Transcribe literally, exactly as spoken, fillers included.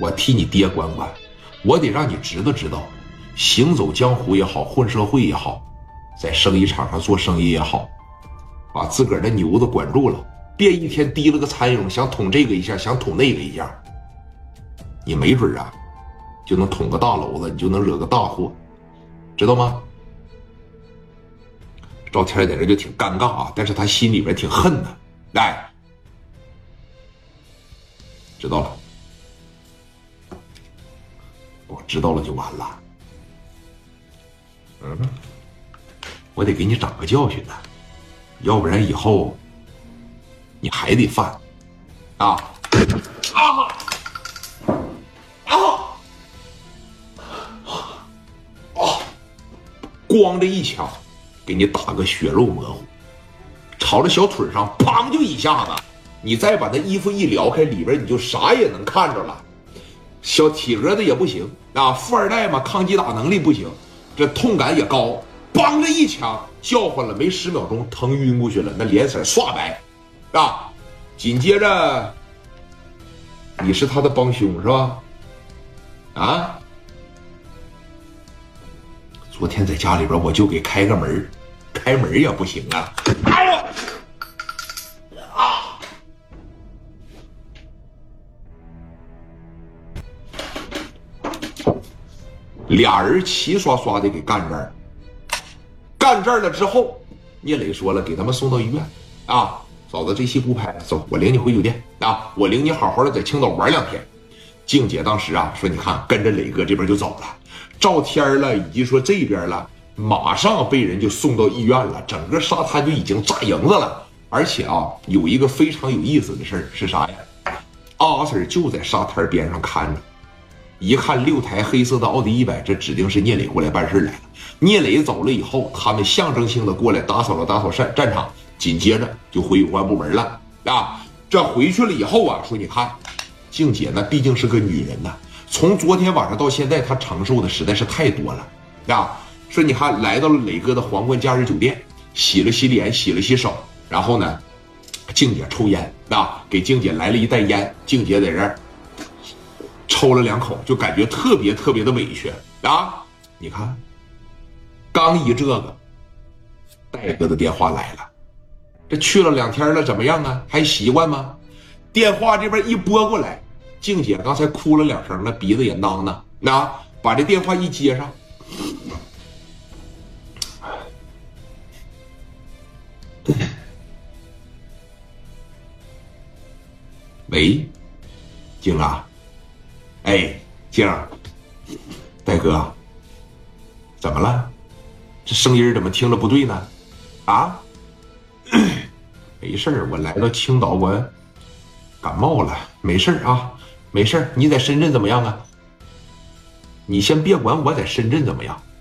我替你爹管管，我得让你知道知道，行走江湖也好，混社会也好，在生意场上做生意也好，把自个儿的牛子管住了，别一天提了个参茸，想捅这个一下，想捅那个一下，你没准啊就能捅个大篓子，你就能惹个大祸，知道吗？赵天在这就挺尴尬啊，但是他心里边挺恨的。哎，知道了，我知道了就完了。嗯，我得给你长个教训呢，要不然以后你还得犯啊啊啊啊！咣这一枪，给你打个血肉模糊，朝着小腿上砰就一下子，你再把那衣服一撩开，里边你就啥也能看着了。小体格子也不行啊，富二代嘛，抗击打能力不行，这痛感也高，梆这一枪叫唤了没十秒钟，疼晕过去了，那脸色刷白啊。紧接着你是他的帮凶是吧？啊，昨天在家里边我就给开个门，开门也不行啊！哎呦啊！俩人齐刷刷的给干这儿，干这儿了之后，聂磊说了，给他们送到医院啊。嫂子，这戏不拍了，走，我领你回酒店啊，我领你好好的在青岛玩两天。静姐当时啊说，你看跟着磊哥这边就走了，赵天了以及说这边了，马上被人就送到医院了，整个沙滩就已经炸营子了。而且啊，有一个非常有意思的事儿是啥呀？阿 Sir 就在沙滩边上看着，一看六台黑色的奥迪一百，这指定是聂磊过来办事来了。聂磊走了以后，他们象征性的过来打扫了打扫战战场，紧接着就回有关部门了啊。这回去了以后啊，说你看，静姐呢毕竟是个女人呐，从昨天晚上到现在，她承受的实在是太多了啊。说你看，来到了磊哥的皇冠假日酒店，洗了洗脸，洗了洗手，然后呢，静姐抽烟啊，给静姐来了一袋烟，静姐在这儿抽了两口，就感觉特别特别的委屈啊。你看，刚一这个，戴哥的电话来了。这去了两天了，怎么样啊？还习惯吗？电话这边一拨过来，静姐刚才哭了两声了，鼻子也囔囔，那把这电话一接上，喂，静啊，哎，静，戴哥，怎么了？这声音怎么听着不对呢？啊？没事儿，我来到青岛，我感冒了，没事儿啊，没事儿。你在深圳怎么样啊？你先别管我在深圳怎么样，